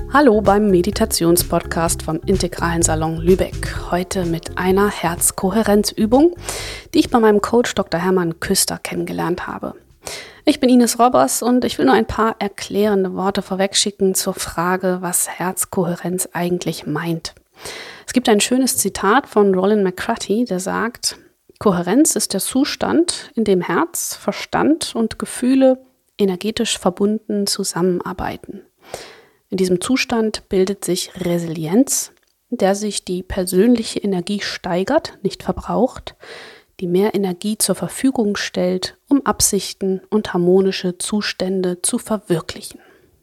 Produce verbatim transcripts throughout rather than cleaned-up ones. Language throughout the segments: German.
Hallo beim Meditationspodcast vom Integralen Salon Lübeck. Heute mit einer Herzkohärenzübung, die ich bei meinem Coach Doktor Hermann Küster kennengelernt habe. Ich bin Ines Robbers und ich will nur ein paar erklärende Worte vorwegschicken zur Frage, was Herzkohärenz eigentlich meint. Es gibt ein schönes Zitat von Roland McCarthy, der sagt: Kohärenz ist der Zustand, in dem Herz, Verstand und Gefühle energetisch verbunden zusammenarbeiten. In diesem Zustand bildet sich Resilienz, in der sich die persönliche Energie steigert, nicht verbraucht, die mehr Energie zur Verfügung stellt, um Absichten und harmonische Zustände zu verwirklichen.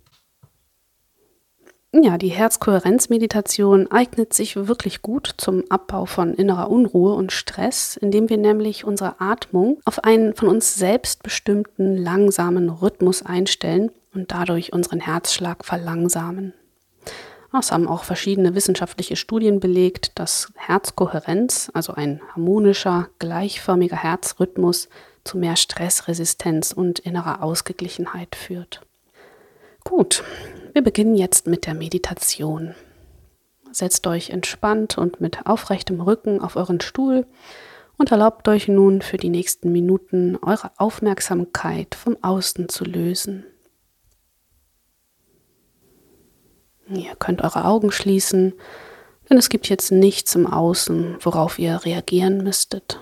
Ja, die Herzkohärenzmeditation eignet sich wirklich gut zum Abbau von innerer Unruhe und Stress, indem wir nämlich unsere Atmung auf einen von uns selbst bestimmten langsamen Rhythmus einstellen und dadurch unseren Herzschlag verlangsamen. Es haben auch verschiedene wissenschaftliche Studien belegt, dass Herzkohärenz, also ein harmonischer, gleichförmiger Herzrhythmus, zu mehr Stressresistenz und innerer Ausgeglichenheit führt. Gut, wir beginnen jetzt mit der Meditation. Setzt euch entspannt und mit aufrechtem Rücken auf euren Stuhl und erlaubt euch nun für die nächsten Minuten eure Aufmerksamkeit vom Außen zu lösen. Ihr könnt eure Augen schließen, denn es gibt jetzt nichts im Außen, worauf ihr reagieren müsstet.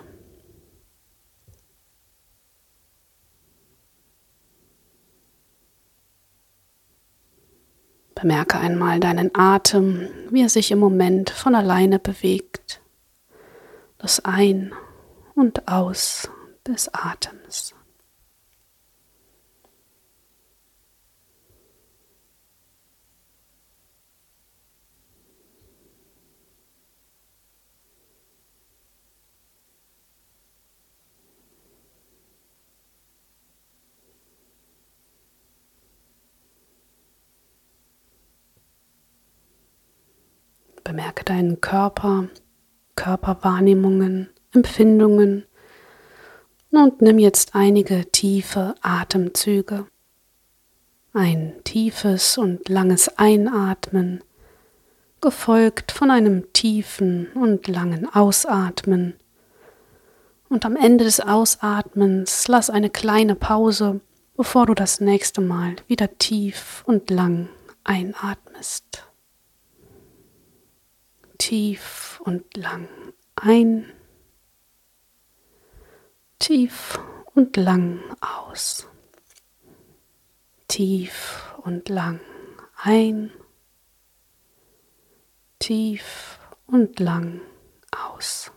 Bemerke einmal deinen Atem, wie er sich im Moment von alleine bewegt. Das Ein- und Aus des Atems. Bemerke deinen Körper, Körperwahrnehmungen, Empfindungen und nimm jetzt einige tiefe Atemzüge. Ein tiefes und langes Einatmen, gefolgt von einem tiefen und langen Ausatmen. Und am Ende des Ausatmens lass eine kleine Pause, bevor du das nächste Mal wieder tief und lang einatmest. Tief und lang ein, tief und lang aus. Tief und lang ein, tief und lang aus.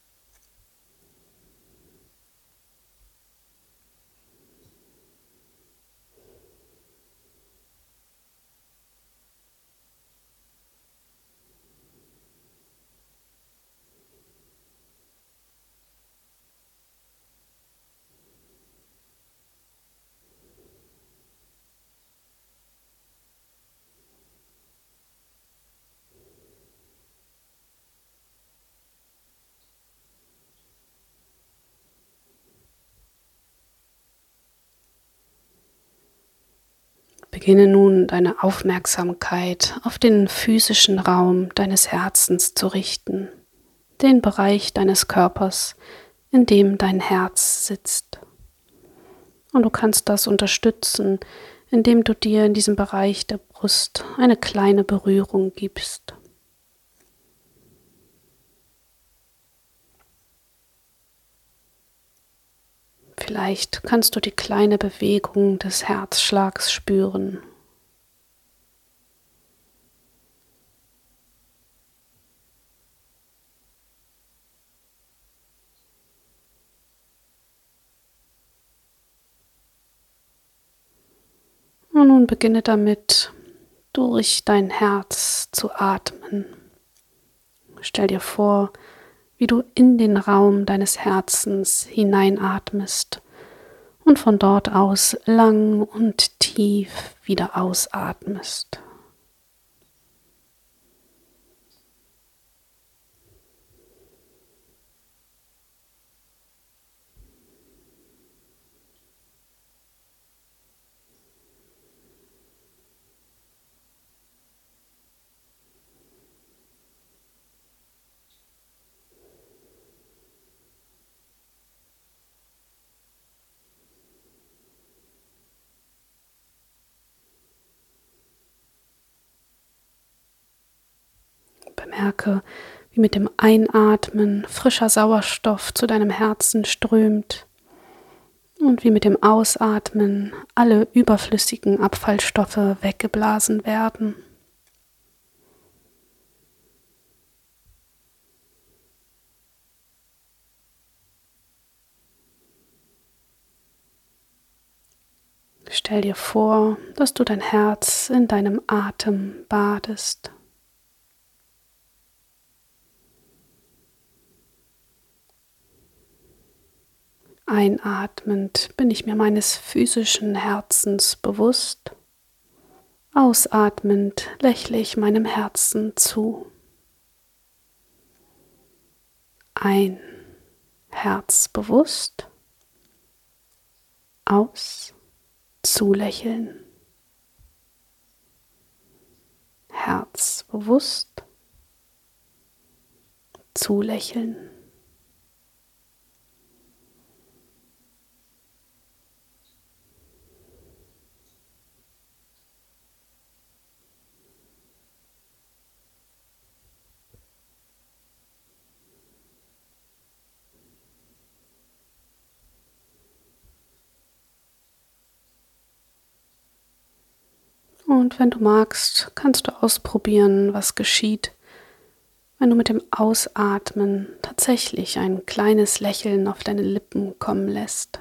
Beginne nun deine Aufmerksamkeit auf den physischen Raum deines Herzens zu richten, den Bereich deines Körpers, in dem dein Herz sitzt. Und du kannst das unterstützen, indem du dir in diesem Bereich der Brust eine kleine Berührung gibst. Vielleicht kannst du die kleine Bewegung des Herzschlags spüren. Und nun beginne damit, durch dein Herz zu atmen. Stell dir vor, wie du in den Raum deines Herzens hineinatmest und von dort aus lang und tief wieder ausatmest. Merke, wie mit dem Einatmen frischer Sauerstoff zu deinem Herzen strömt und wie mit dem Ausatmen alle überflüssigen Abfallstoffe weggeblasen werden. Stell dir vor, dass du dein Herz in deinem Atem badest. Einatmend bin ich mir meines physischen Herzens bewusst. Ausatmend lächle ich meinem Herzen zu. Ein, Herz bewusst. Aus, zulächeln. Herz bewusst. Zulächeln. Und wenn du magst, kannst du ausprobieren, was geschieht, wenn du mit dem Ausatmen tatsächlich ein kleines Lächeln auf deine Lippen kommen lässt.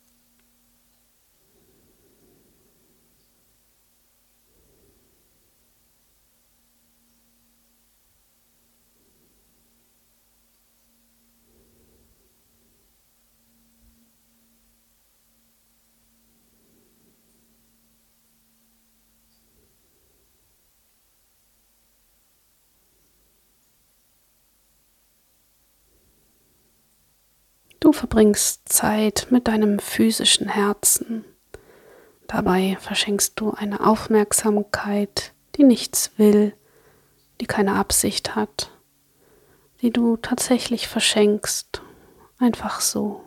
Du verbringst Zeit mit deinem physischen Herzen. Dabei verschenkst du eine Aufmerksamkeit, die nichts will, die keine Absicht hat, die du tatsächlich verschenkst, einfach so.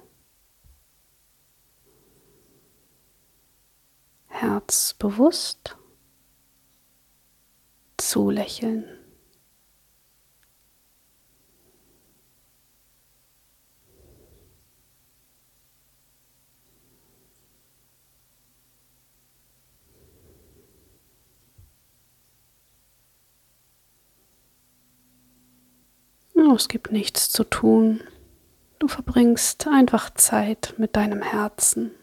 Herz bewusst, zulächeln. Oh, es gibt nichts zu tun. Du verbringst einfach Zeit mit deinem Herzen.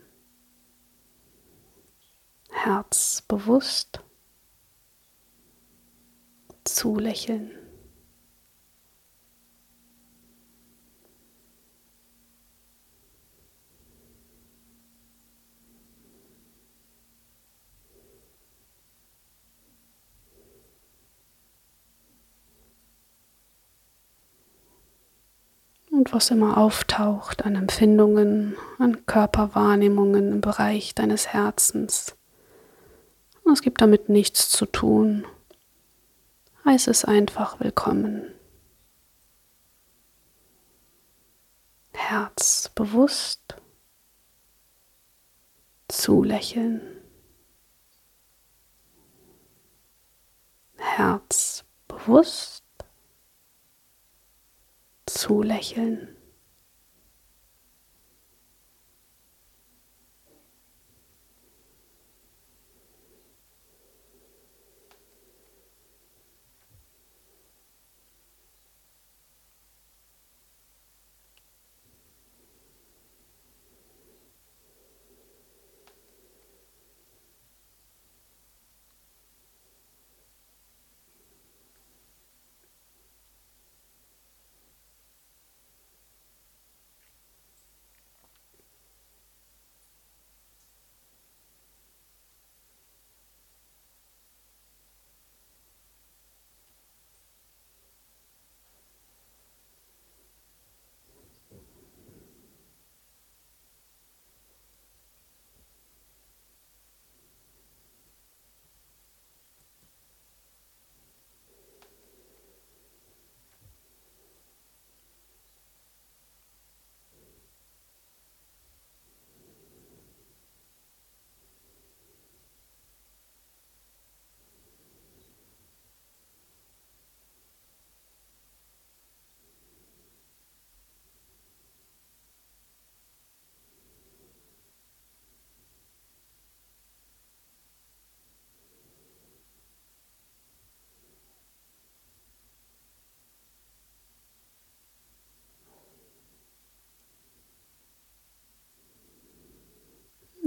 Herz bewusst, zulächeln. Und was immer auftaucht an Empfindungen, an Körperwahrnehmungen im Bereich deines Herzens. Es gibt damit nichts zu tun. Heiß es einfach willkommen. Herz bewusst, zulächeln. Herz bewusst, zulächeln.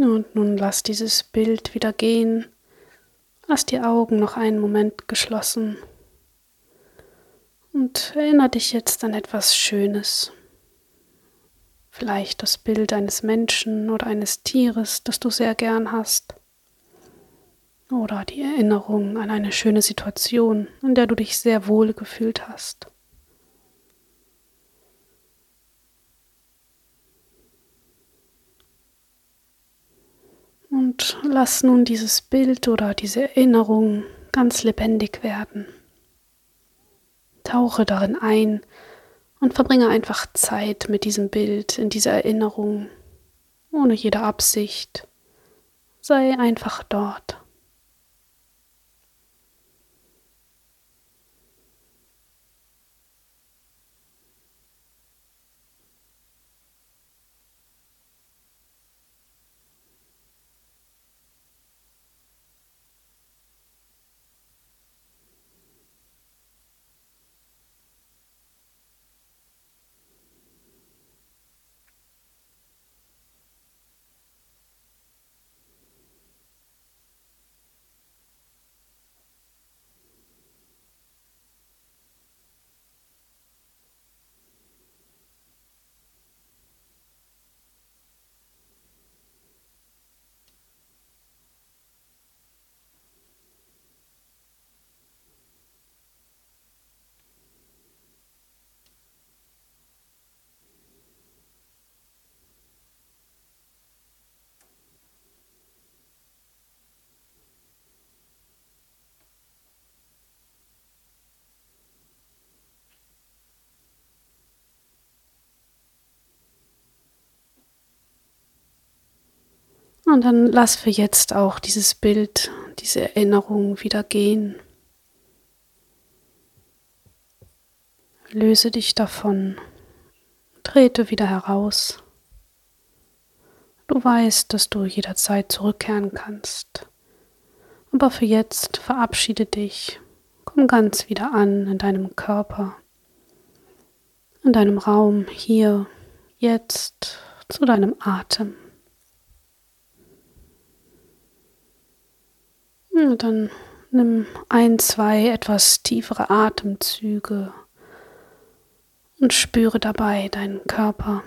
Und nun lass dieses Bild wieder gehen. Lass die Augen noch einen Moment geschlossen. Und erinnere dich jetzt an etwas Schönes. Vielleicht das Bild eines Menschen oder eines Tieres, das du sehr gern hast. Oder die Erinnerung an eine schöne Situation, in der du dich sehr wohl gefühlt hast. Und lass nun dieses Bild oder diese Erinnerung ganz lebendig werden. Tauche darin ein und verbringe einfach Zeit mit diesem Bild, in dieser Erinnerung, ohne jede Absicht. Sei einfach dort. Und dann lass für jetzt auch dieses Bild, diese Erinnerung wieder gehen. Löse dich davon, trete wieder heraus. Du weißt, dass du jederzeit zurückkehren kannst. Aber für jetzt verabschiede dich, komm ganz wieder an in deinem Körper, in deinem Raum, hier, jetzt, zu deinem Atem. Und dann nimm ein, zwei etwas tiefere Atemzüge und spüre dabei deinen Körper.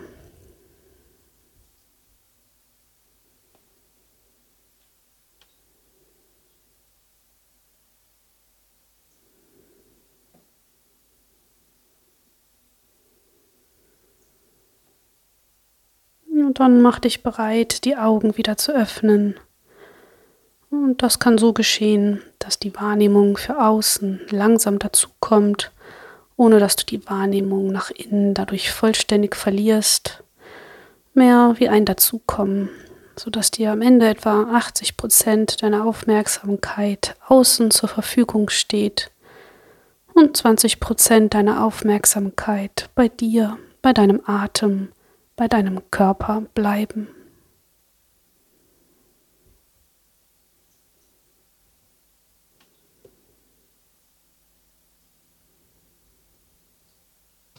Und dann mach dich bereit, die Augen wieder zu öffnen. Und das kann so geschehen, dass die Wahrnehmung für außen langsam dazukommt, ohne dass du die Wahrnehmung nach innen dadurch vollständig verlierst. Mehr wie ein Dazukommen, sodass dir am Ende etwa achtzig Prozent deiner Aufmerksamkeit außen zur Verfügung steht und zwanzig Prozent deiner Aufmerksamkeit bei dir, bei deinem Atem, bei deinem Körper bleiben.